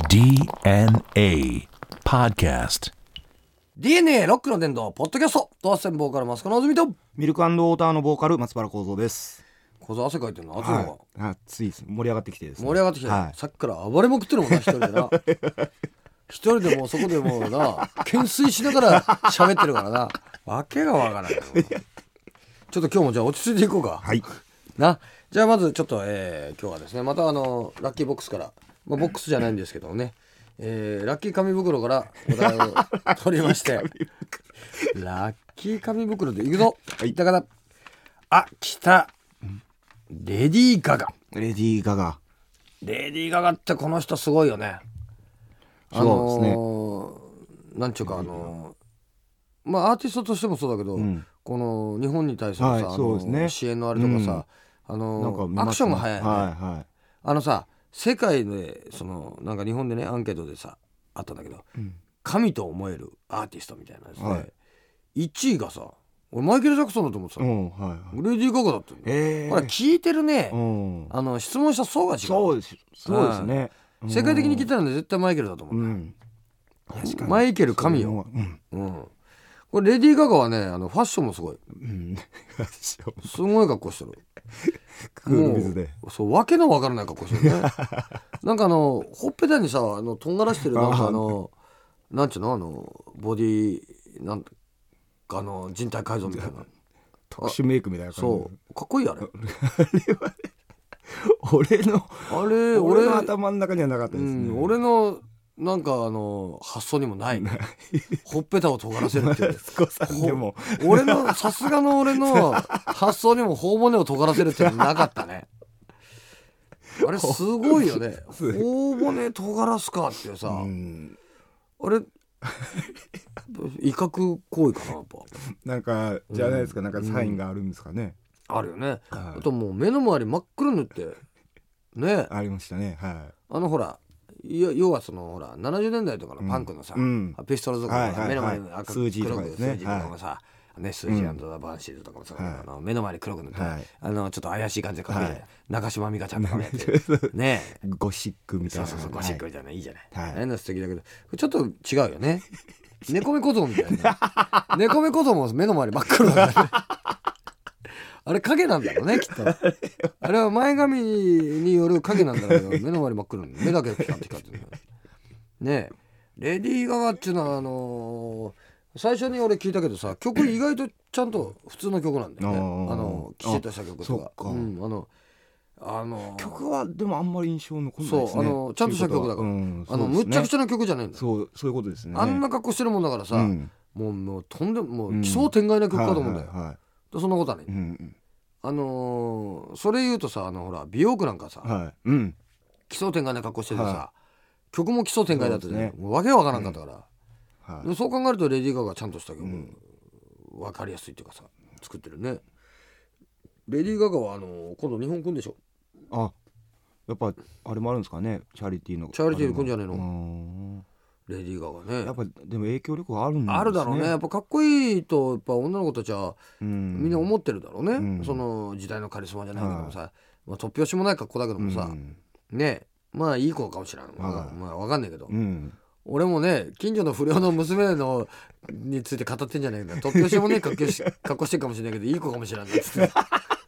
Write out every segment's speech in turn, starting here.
DNA Podcast DNA ロックの伝道ポッドキャストドアステンボーカルマスコのあずみとミルク&ウォーターのボーカル松原幸三です。 小僧汗かいてるの暑いのか、 暑いです。盛り上がってきてですね。 盛り上がってきて、さっきから暴れまくってるもんな一人でな一人でもうそこでもうな懸垂しながら喋ってるからなわけがわからないちょっと今日もじゃあ落ち着いていこうか。 はいな。じゃあまずちょっと、今日はですねまたラッキーボックスから、ボックスじゃないんですけどもね、ラッキー紙袋からお題を取りましてラッキー紙袋でいくぞ、だから来たレディー・ガガ。 レディー・ガガ。 レディー・ガガってこの人すごいよね。 そうですね。 なんちゅうかアーティストとしてもそうだけど、この日本に対するさ、 そうですね、 支援のあれとかさ、なんかアクションが早いよね。さ世界でなんか日本でねアンケートでさあったんだけど、神と思えるアーティストみたいなですね、1位がさ俺マイケル・ジャクソンだと思ってた、レディー・ガガだったんだよ。これ聞いてるね、質問した層が違う。 そうですね、 世界的に聞いたらね絶対マイケルだと思うんだ、確かにマイケル神よ。これレディー・ガガはねファッションもすごい、すごい格好してるクールビズでそうわけのわからない格好してるねなんかほっぺたにさとんがらしてるなんかなんちゅうのボディなんか人体改造みたいな特殊メイクみたいな感じ。 そうかっこいいあれ俺の頭の中にはなかったですね、 俺のなんか発想にもないほっぺたを尖らせるっていう俺のさすがの俺の発想にも頬骨を尖らせるっていうのなかったねあれすごいよね頬骨尖らすかっていうさ、あれ威嚇行為かなやっぱなんかじゃないですか、なんかサインがあるんですかね、 あるよね、あともう目の周り真っ黒塗ってねありましたね。 ほら要はほら70年代とかのパンクのさ、ピストルとか目の前に赤黒く数字とかもさ、数字バンシーズとかもさ、目の前に黒く塗って、ちょっと怪しい感じでかけて、中島美嘉ちゃんとかねねゴシックみたいな。 そうゴシックみたいな、いいじゃない、素敵だけどちょっと違うよね猫目小僧みたいな猫目小僧も目の周り真っ黒だからねあれ影なんだろうねきっとあれは前髪による影なんだろうけど目の周り真っ黒目だけピカッて光ってるね。レディー・ガガっていうのは最初に俺聞いたけどさ曲意外とちゃんと普通の曲なんだよねきちっとした曲とか。 曲はでもあんまり印象残んないですね。 そうちゃんとした曲だから、むっちゃくちゃな曲じゃないんだよ。 そういうことですね。 あんな格好してるもんだからさ、もうとんでも奇想天外な曲かと思うんだよ、そんなことはね、それ言うとさほら美容区なんかさ、奇想天外な格好しててさ、曲も奇想天外だったね。もう訳わからんかったから、そう考えるとレディー・ガガがちゃんとした曲、分かりやすいっていうかさ作ってるね。レディー・ガガは今度日本来んでしょ。 やっぱあれもあるんですかね、チャリティーで来んじゃねえのレディー・ガガね。 やっぱでも影響力があるんですね。 あるだろうね。やっぱかっこいいとやっぱ女の子たちはみんな思ってるだろうね、その時代のカリスマじゃないけどもさ、突拍子もない格好だけどもさ、ねまあいい子かもしれん、わかんないけど、俺もね近所の不良の娘について語ってんじゃないか、突拍子もね格好してるかもしれないけどいい子かもしれんなっつって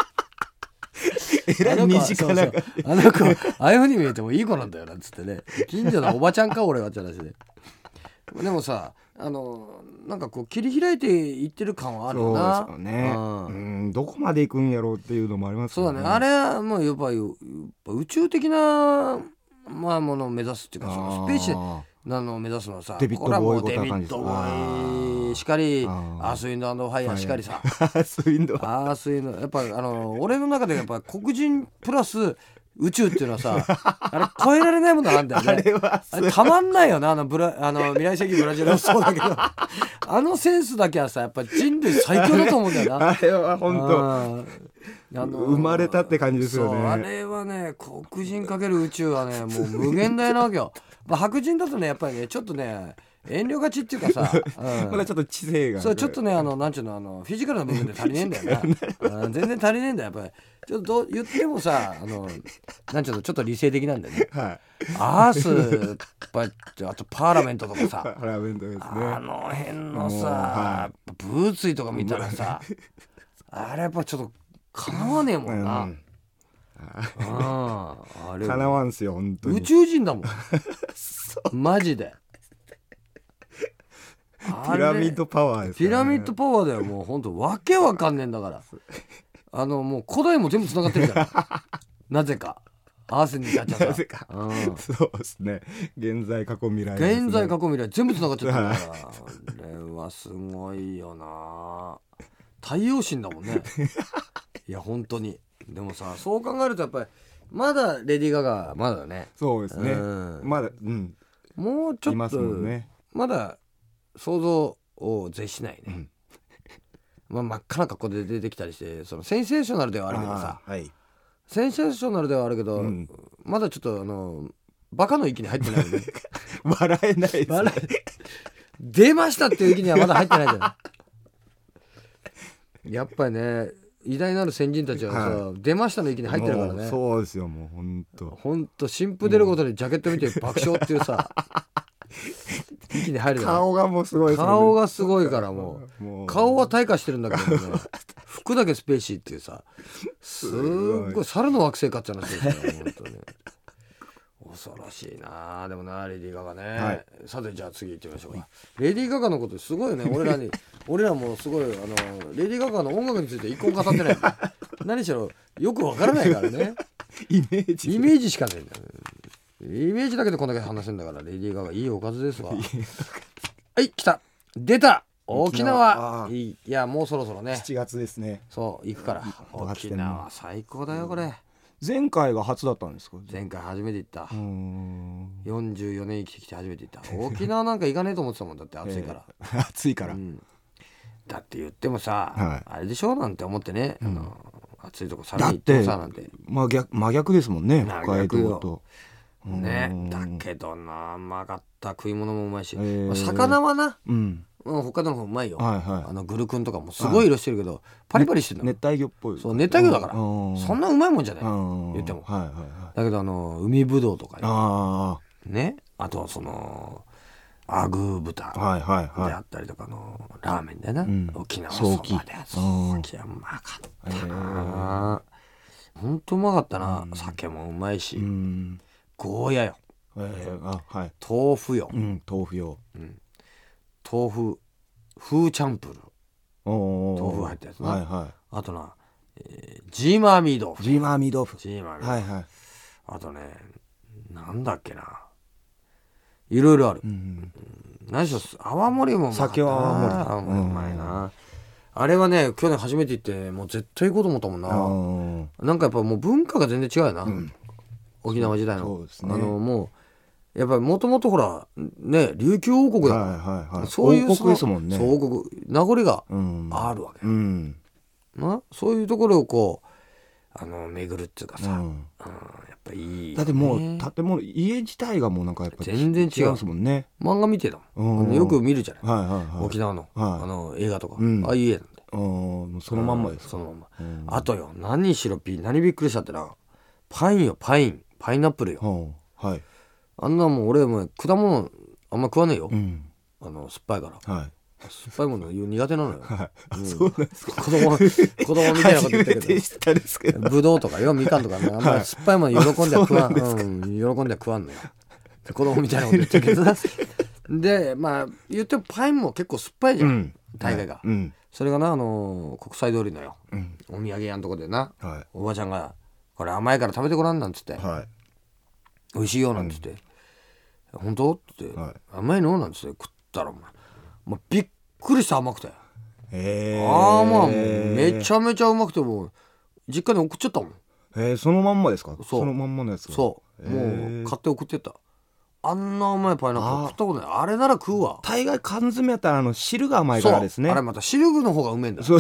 えらい身近なあの子ああいう風に見えてもいい子なんだよなっつってね、近所のおばちゃんか俺はって話ででもさなんかこう切り開いていってる感はあるよな。 そうですよね、どこまで行くんやろうっていうのもありますよね。 そうだね、あれはもうやっぱ宇宙的なものを目指すっていうか、スペースなのを目指すのはさ、 デビッドボーイデビッドボーイしかり、アースウィンド&ファイヤーしかりさ、 アースウィンドやっぱ俺の中でやっぱ黒人プラス宇宙っていうのはさあれ超えられないものなんだよね。あれたまんないよな。未来世紀ブラジルもそうだけどセンスだけはさやっぱ人類最強だと思うんだよなあれは本当生まれたって感じですよね。 そうあれはね黒人かける宇宙はねもう無限大なわけよ白人だとねやっぱりねちょっとね遠慮がちっていうかさ、 まだちょっと知性がそうちょっとねなんちゅうのフィジカルな部分で足りねえんだよな、全然足りねえんだよやっぱり。ちょっと言ってもさなんちゅうのちょっと理性的なんだよね。 はい、 アースあとパーラメントとかさパーラメントですね。 あの辺のさ、 はブーツイとか見たらさあれやっぱちょっとかなわねえもんな、あれかなわんすよ本当に。 宇宙人だもんマジでピラミッドパワーですね。 ピラミッドパワーだよもう本当わけわかんねえんだからもう古代も全部つながってるじゃんなぜか合わせに至っちゃったなぜか、そうですね。現在過去未来ですね。 現在過去未来全部つながっちゃったからあれはすごいよな。太陽神だもんねいや本当に。でもさそう考えるとやっぱりまだレディー・ガガまだね。 そうですね、まだもうちょいますっともんね。 まだ想像を絶しないね、真っ赤な格好で出てきたりしてそのセンセーショナルではあるけどさ、 はい、 センセーショナルではあるけど、まだちょっとバカの域に入ってないよね笑えないですね。 出ましたっていう域にはまだ入ってないじゃないやっぱりね偉大なる先人たちはさ、出ましたの域に入ってるからね。 そうですよもう本当新婦出るごとにジャケット見て爆笑っていうさ域に入るじゃない。 顔がもうすごいですね。 顔がすごいからもう顔は退化してるんだけどね服だけスペーシーっていうさすっごい猿の惑星かって話ですよ本当に恐ろしいな。でもなレディー・ガガね、さてじゃあ次行ってみましょうか。レディー・ガガのことすごいよね俺らもすごいレディー・ガガの音楽について一個も語ってない何しろよくわからないからねイメージしかないんだよ。イメージだけでこんだけ話せんだからレディー・ガガいいおかずですわはい来た出た沖縄いやもうそろそろね 7月ですね。 そう行くから沖縄最高だよこれ。 前回が初だったんですか。 前回初めて行った。44年生きてきて初めて行った沖縄なんか行かねえと思ってたもんだって暑いから、 暑いから、 だって言ってもさ、あれでしょなんて思ってね、暑いとこさらに行ってもさなんて真逆ですもんね。 真逆よ北海道とね。だけどな曲がった食い物もうまいし、魚はな、北海道の方うまいよ、グルクンとかもすごい色してるけど、パリパリしてるの。 熱帯魚っぽい。 そう熱帯魚だから、そんなうまいもんじゃない言っても、だけど海ぶどうとかね、あとはそのアグー豚であったりとかのラーメンだよな、沖縄そばで早期はうまかったな。ほんとうまかったな。酒もうまいし、ゴーヤよ、豆腐よ、 豆腐よ、 豆腐風チャンプルー、豆腐入ったやつな、あとな、ジーマーミー豆腐、 ジーマーミー豆腐、 あとねなんだっけないろいろある、何しろ泡盛もうまかったな。 酒は泡盛うまいな、あれはね去年初めて行ってもう絶対行こうと思ったもんな。なんかやっぱもう文化が全然違うよな、沖縄時代の。 そうですね、 もうやっぱりもともとほらね琉球王国だから、そういう王国ですもんね。 そう王国名残があるわけ、なそういうところをこう巡るっていうかさ、やっぱいい、 だってもう建物家自体がもうなんかやっぱ全然違うですもんね。 漫画見てたもん、よく見るじゃない、沖縄の、映画とか、ああいう家なんで、 もうそのまんまです。 そのまんま、あとよ何しろ何びっくりしたってなパインよ、パイナップルよ、あんなもん俺も果物あんま食わねえよ、酸っぱいから、酸っぱいもの苦手なのよ、 そうなんですか。 子供みたいなこと言ったけどぶどうとかよみかんとかね、あんまり酸っぱいもの喜んでは食わん、喜んでは食わんのよ、子供みたいなこと言ってるけどでまあ言ってもパインも結構酸っぱいじゃん、大概が、それがな国際通りのよ、お土産屋のとこでな、おばちゃんがこれ甘いから食べてごらんなんつって、美味しいよなんつって、本当って、甘いのなんつって食ったらびっくりした甘くて、めちゃめちゃうまくてもう実家に送っちゃったもん。 そのまんまですか。そのまんまのやつが。 そうもう買って送ってった。あんな甘いパイナップル食ったことない。あれなら食うわ。 大概缶詰やったら汁が甘いからですね。 あれまた汁の方がうめえんだ。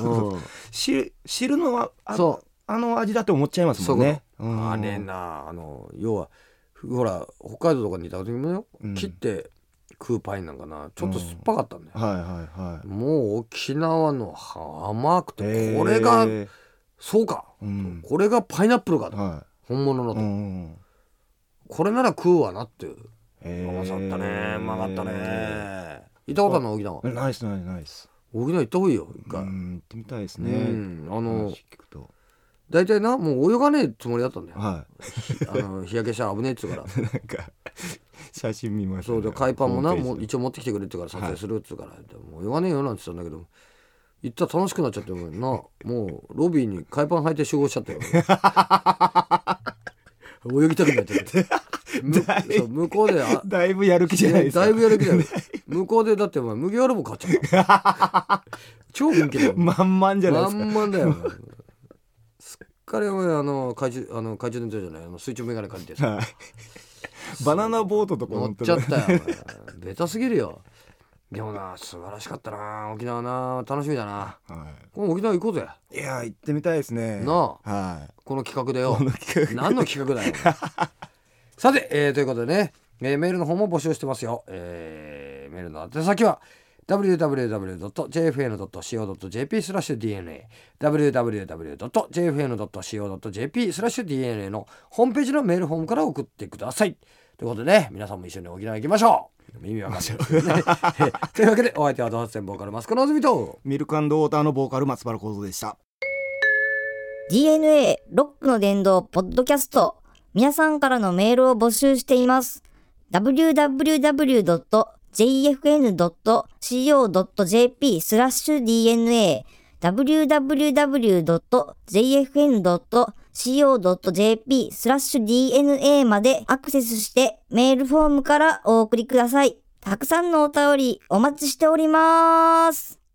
汁の味だって思っちゃいますもんね。 あれな要はほら北海道とかにいた時もよ、切って食うパインなんかなちょっと酸っぱかったんだよ、 はいはいはい。 もう沖縄の甘くてこれがそうか、これがパイナップルかと、本物のと、これなら食うわなっていう甘さったね。うまかったね。行ったことあるの沖縄？ ナイスナイスナイス。 沖縄行った方がいいよ一回。 行ってみたいですね。 大体なもう泳がねえつもりだったんだよ、 はい日焼けしたら危ねえっつうからなんか写真見ました、 そうで海パンもなもう一応持ってきてくれってから撮影するっつうから、もう泳がねえよなんて言ったんだけど行ったら楽しくなっちゃってなもうロビーに海パン履いて集合しちゃったよ泳ぎたくなっちゃってそう向こうでだいぶやる気じゃないですか。 だいぶやる気だよ向こうでだってお前麦わら帽買っちゃった超人気だよ満々じゃないですか。 満々だよすっかりお前懐中電灯じゃない水中メガネ借りてさバナナボートとか乗っちゃったよベタすぎるよ。でもな素晴らしかったな沖縄な楽しみだな、この沖縄行こうぜ。 いや行ってみたいですねなあ、この企画でよ何の企画だよさて、ということでね、メールの方も募集してますよ、メールの宛先はwww.jfn.co.jp/dna www.jfn.co.jp/dna のホームページのメールフォームから送ってくださいということでね、皆さんも一緒に沖縄行きましょう。意味わかんないですねというわけでお相手はドハツセンボーカルマスコのあずみとミルク&ウォーターのボーカル松原幸三でした。 DNA ロックの殿堂ポッドキャスト、皆さんからのメールを募集しています。 www.jfn.co.jp/dna www.jfn.co.jp/dna までアクセスしてメールフォームからお送りください。たくさんのお便りお待ちしております。